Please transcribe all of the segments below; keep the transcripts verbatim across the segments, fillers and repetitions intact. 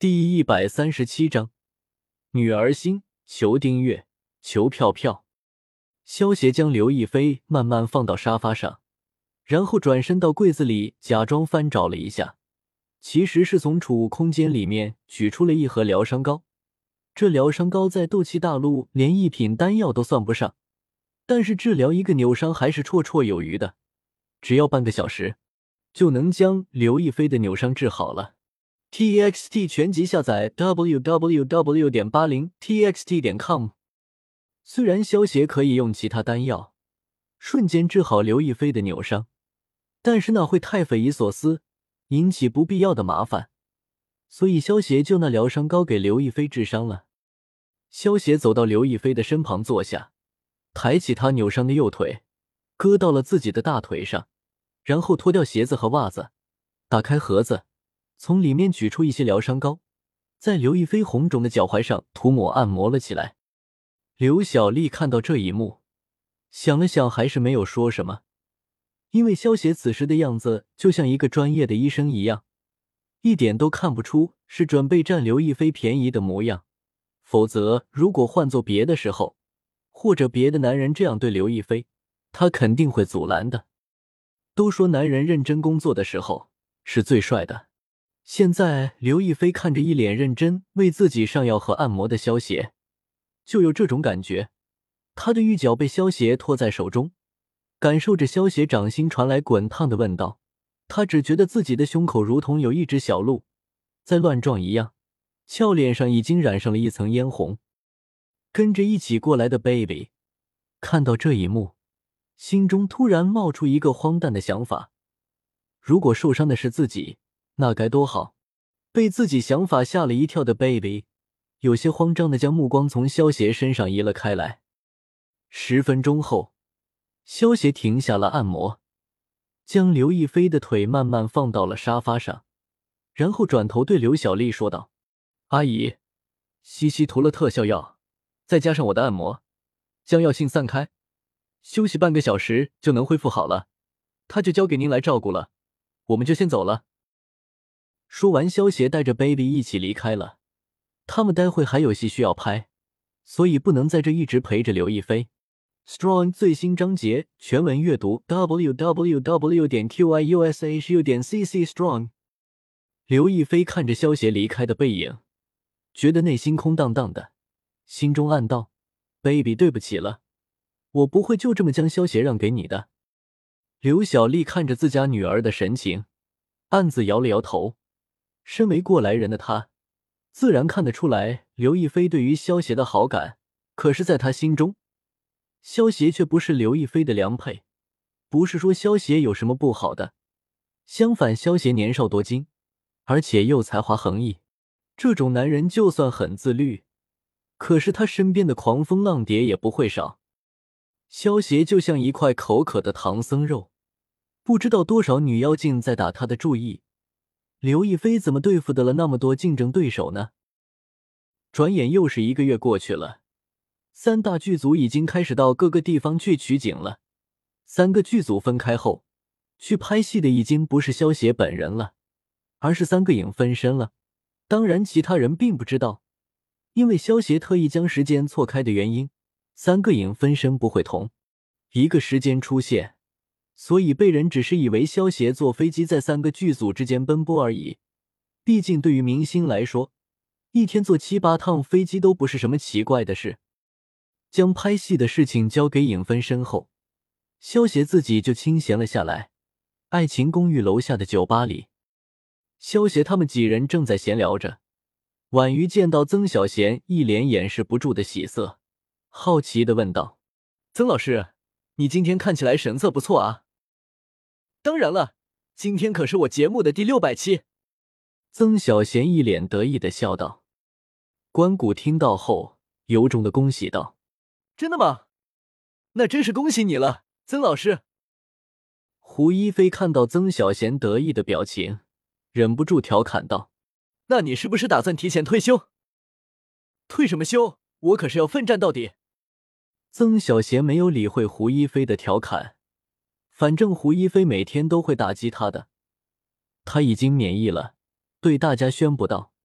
第一百三十七章，女儿心，求订阅，求票票。萧协将刘亦菲慢慢放到沙发上，然后转身到柜子里假装翻找了一下，其实是从储物空间里面取出了一盒疗伤膏。这疗伤膏在斗气大陆连一品丹药都算不上，但是治疗一个扭伤还是绰绰有余的，只要半个小时就能将刘亦菲的扭伤治好了。T X T 全集下载 double u double u double u 点八零 t x t 点 com。 虽然萧协可以用其他丹药瞬间治好刘亦菲的扭伤，但是那会太匪夷所思，引起不必要的麻烦，所以萧协就拿疗伤膏给刘亦菲治伤了。萧协走到刘亦菲的身旁坐下，抬起她扭伤的右腿搁到了自己的大腿上，然后脱掉鞋子和袜子，打开盒子，从里面取出一些疗伤膏，在刘亦菲红肿的脚踝上涂抹按摩了起来。刘晓丽看到这一幕，想了想还是没有说什么，因为萧协此时的样子就像一个专业的医生一样，一点都看不出是准备占刘亦菲便宜的模样，否则如果换做别的时候，或者别的男人这样对刘亦菲，他肯定会阻拦的。都说男人认真工作的时候是最帅的，现在刘亦菲看着一脸认真为自己上药和按摩的萧协，就有这种感觉。她的玉脚被萧协托在手中，感受着萧协掌心传来滚烫的味道，她只觉得自己的胸口如同有一只小鹿在乱撞一样，俏脸上已经染上了一层嫣红。跟着一起过来的 baby 看到这一幕，心中突然冒出一个荒诞的想法，如果受伤的是自己，那该多好。被自己想法吓了一跳的 baby 有些慌张地将目光从萧协身上移了开来。十分钟后，萧协停下了按摩，将刘亦菲的腿慢慢放到了沙发上，然后转头对刘晓丽说道：阿姨，西西涂了特效药，再加上我的按摩，将药性散开，休息半个小时就能恢复好了，他就交给您来照顾了，我们就先走了。说完，萧协带着 baby 一起离开了，他们待会还有戏需要拍，所以不能在这一直陪着刘亦菲。Strong 最新章节全文阅读 double u double u double u 点 q i u s h u 点 c c strong。 刘亦菲看着萧协离开的背影，觉得内心空荡荡的，心中暗道 baby 对不起了，我不会就这么将萧协让给你的。刘晓丽看着自家女儿的神情，暗自摇了摇头。身为过来人的她自然看得出来刘亦菲对于萧协的好感，可是在她心中，萧协却不是刘亦菲的良配。不是说萧协有什么不好的，相反，萧协年少多金，而且又才华横溢，这种男人就算很自律，可是他身边的狂风浪蝶也不会少。萧协就像一块口渴的唐僧肉，不知道多少女妖精在打他的注意，刘亦菲怎么对付得了那么多竞争对手呢？转眼又是一个月过去了，三大剧组已经开始到各个地方去取景了。三个剧组分开后，去拍戏的已经不是萧协本人了，而是三个影分身了。当然其他人并不知道，因为萧协特意将时间错开的原因，三个影分身不会同一个时间出现，所以被人只是以为萧协坐飞机在三个剧组之间奔波而已。毕竟对于明星来说，一天坐七八趟飞机都不是什么奇怪的事。将拍戏的事情交给影分身后，萧协自己就清闲了下来。爱情公寓楼下的酒吧里，萧协他们几人正在闲聊着。婉瑜见到曾小贤一脸掩饰不住的喜色，好奇地问道：曾老师，你今天看起来神色不错啊。当然了，今天可是我节目的第六百期。曾小贤一脸得意地笑道。关谷听到后由衷地恭喜道：真的吗？那真是恭喜你了，曾老师。胡一菲看到曾小贤得意的表情，忍不住调侃道：那你是不是打算提前退休？退什么休，我可是要奋战到底。曾小贤没有理会胡一菲的调侃，反正胡一菲每天都会打击他的，他已经免疫了，对大家宣布道：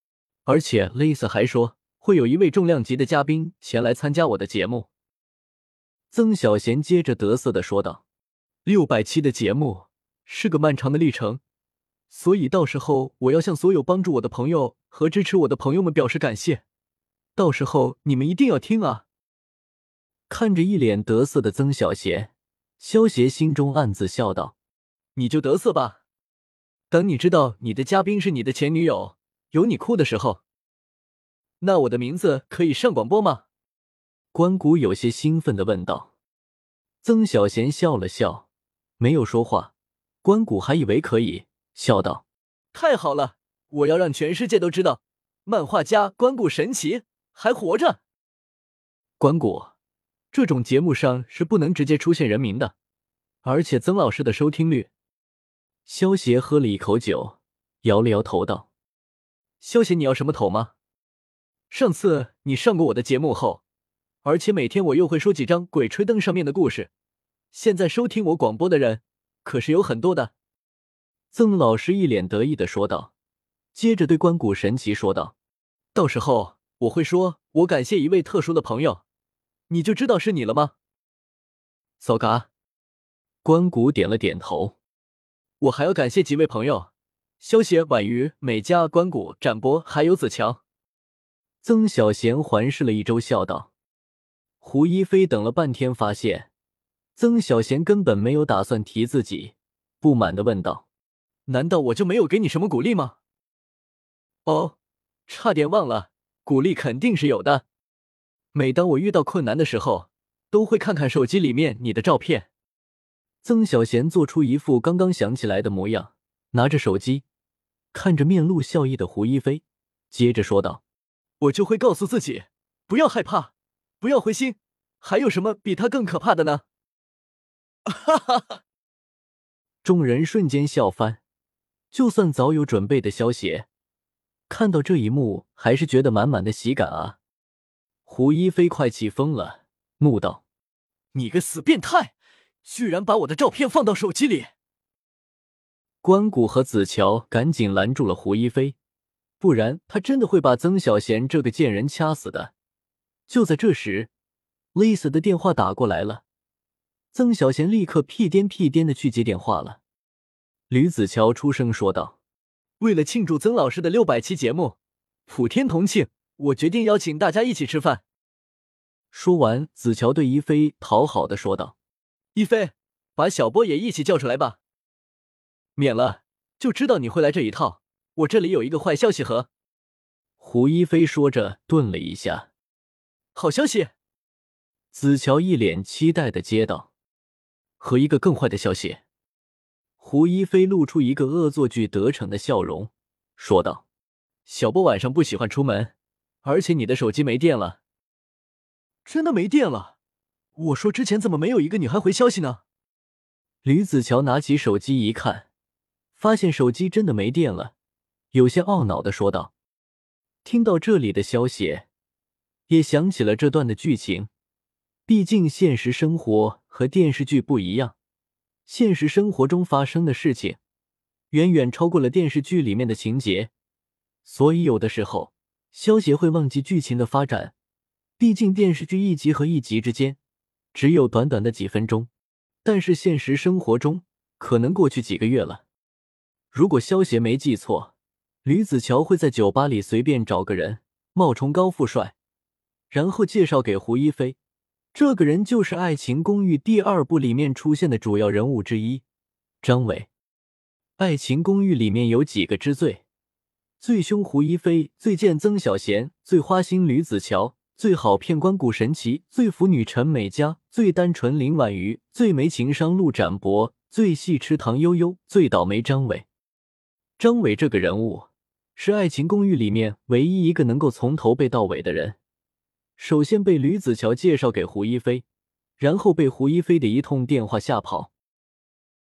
而且 Lisa 还说会有一位重量级的嘉宾前来参加我的节目。曾小贤接着得瑟地说道，六百期的节目是个漫长的历程，所以到时候我要向所有帮助我的朋友和支持我的朋友们表示感谢，到时候你们一定要听啊。看着一脸得瑟的曾小贤，萧协心中暗自笑道，你就得瑟吧，等你知道你的嘉宾是你的前女友，有你哭的时候，那我的名字可以上广播吗？关谷有些兴奋地问道。曾小贤笑了笑，没有说话。关谷还以为可以，笑道，太好了，我要让全世界都知道漫画家关谷神奇还活着。关谷，这种节目上是不能直接出现人名的，而且曾老师的收听率……萧协喝了一口酒，摇了摇头道，萧协你要什么头吗？上次你上过我的节目后，而且每天我又会说几张鬼吹灯上面的故事，现在收听我广播的人可是有很多的。曾老师一脸得意地说道，接着对关谷神奇说道，到时候我会说我感谢一位特殊的朋友，你就知道是你了吗？糟嘎。关谷点了点头，我还要感谢几位朋友，萧协、婉瑜、美嘉、关谷、展博还有子乔。曾小贤环视了一周笑道。胡一菲等了半天发现曾小贤根本没有打算提自己，不满地问道，难道我就没有给你什么鼓励吗？哦，差点忘了，鼓励肯定是有的。每当我遇到困难的时候，都会看看手机里面你的照片。曾小贤做出一副刚刚想起来的模样，拿着手机看着面露笑意的胡一菲，接着说道，我就会告诉自己不要害怕，不要灰心，还有什么比他更可怕的呢？哈哈哈！众人瞬间笑翻，就算早有准备的萧协看到这一幕还是觉得满满的喜感啊。胡一菲快气疯了，怒道，你个死变态，居然把我的照片放到手机里！关谷和子乔赶紧拦住了胡一菲，不然他真的会把曾小贤这个贱人掐死的。就在这时 Lisa 的电话打过来了，曾小贤立刻屁颠屁颠的去接电话了。吕子乔出声说道，为了庆祝曾老师的六百期节目，普天同庆，我决定邀请大家一起吃饭。说完，子乔对一菲讨好的说道，一菲，把小波也一起叫出来吧。免了，就知道你会来这一套，我这里有一个坏消息和……胡一菲说着顿了一下，好消息。子乔一脸期待的接道，和一个更坏的消息。胡一菲露出一个恶作剧得逞的笑容，说道，小波晚上不喜欢出门，而且你的手机没电了。真的没电了？我说之前怎么没有一个女孩回消息呢？吕子乔拿起手机一看，发现手机真的没电了，有些懊恼地说道。听到这里的萧协也想起了这段的剧情，毕竟现实生活和电视剧不一样，现实生活中发生的事情远远超过了电视剧里面的情节，所以有的时候萧协会忘记剧情的发展，毕竟电视剧一集和一集之间只有短短的几分钟，但是现实生活中可能过去几个月了。如果萧协没记错，吕子乔会在酒吧里随便找个人冒充高富帅，然后介绍给胡一菲，这个人就是《爱情公寓》第二部里面出现的主要人物之一，张伟。《爱情公寓》里面有几个之最：最凶胡一菲，最贱曾小贤，最花心吕子乔，最好骗关谷神奇，最腐女陈美嘉，最单纯林婉瑜，最没情商陆展博，最细吃唐悠悠，最倒霉张伟。张伟这个人物是《爱情公寓》里面唯一一个能够从头背到尾的人。首先被吕子乔介绍给胡一菲，然后被胡一菲的一通电话吓跑，